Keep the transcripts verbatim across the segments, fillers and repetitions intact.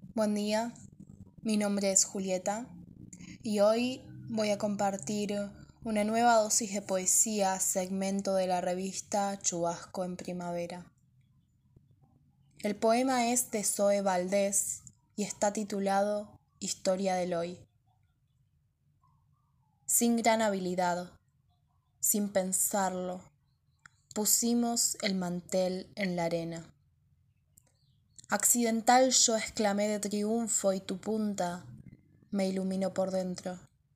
Buen día, mi nombre es Julieta y hoy voy a compartir una nueva dosis de poesía, segmento de la revista Chubasco en Primavera. El poema es de Zoe Valdés y está titulado Historia del Hoy. Sin gran habilidad, sin pensarlo, pusimos el mantel en la arena. Accidental yo exclamé de triunfo y tu punta me iluminó por dentro.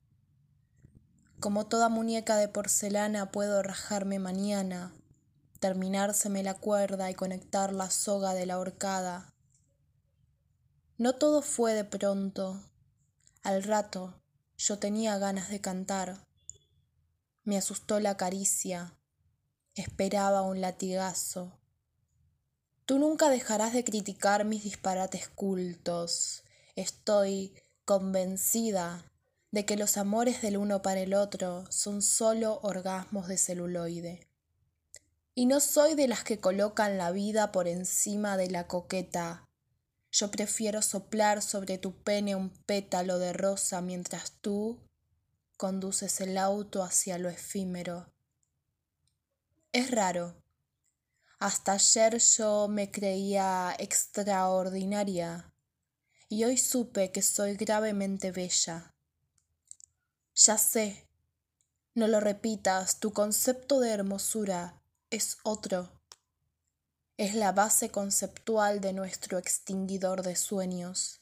Como toda muñeca de porcelana puedo rajarme mañana, terminárseme la cuerda y conectar la soga de la horcada. No todo fue de pronto. Al rato yo tenía ganas de cantar. Me asustó la caricia, esperaba un latigazo. Tú nunca dejarás de criticar mis disparates cultos. Estoy convencida de que los amores del uno para el otro son solo orgasmos de celuloide. Y no soy de las que colocan la vida por encima de la coqueta. Yo prefiero soplar sobre tu pene un pétalo de rosa mientras tú conduces el auto hacia lo efímero. Es raro. Hasta ayer yo me creía extraordinaria y hoy supe que soy gravemente bella. Ya sé, no lo repitas, tu concepto de hermosura es otro. Es la base conceptual de nuestro extinguidor de sueños.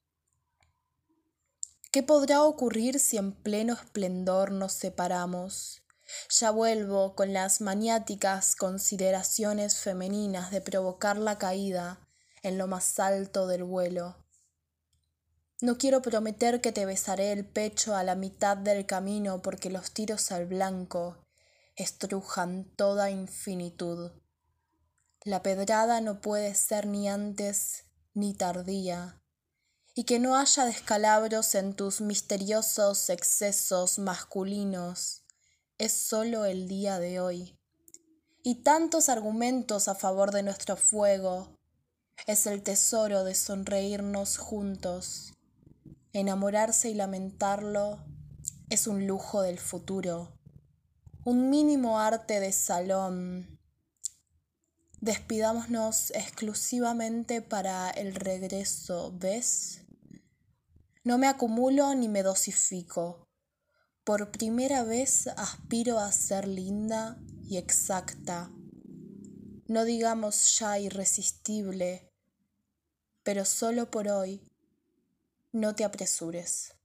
¿Qué podrá ocurrir si en pleno esplendor nos separamos? Ya vuelvo con las maniáticas consideraciones femeninas de provocar la caída en lo más alto del vuelo. No quiero prometer que te besaré el pecho a la mitad del camino porque los tiros al blanco estrujan toda infinitud. La pedrada no puede ser ni antes ni tardía, y que no haya descalabros en tus misteriosos excesos masculinos. Es solo el día de hoy. Y tantos argumentos a favor de nuestro fuego. Es el tesoro de sonreírnos juntos. Enamorarse y lamentarlo es un lujo del futuro. Un mínimo arte de salón. Despidámonos exclusivamente para el regreso, ¿ves? No me acumulo ni me dosifico. Por primera vez aspiro a ser linda y exacta. No digamos ya irresistible, pero solo por hoy no te apresures.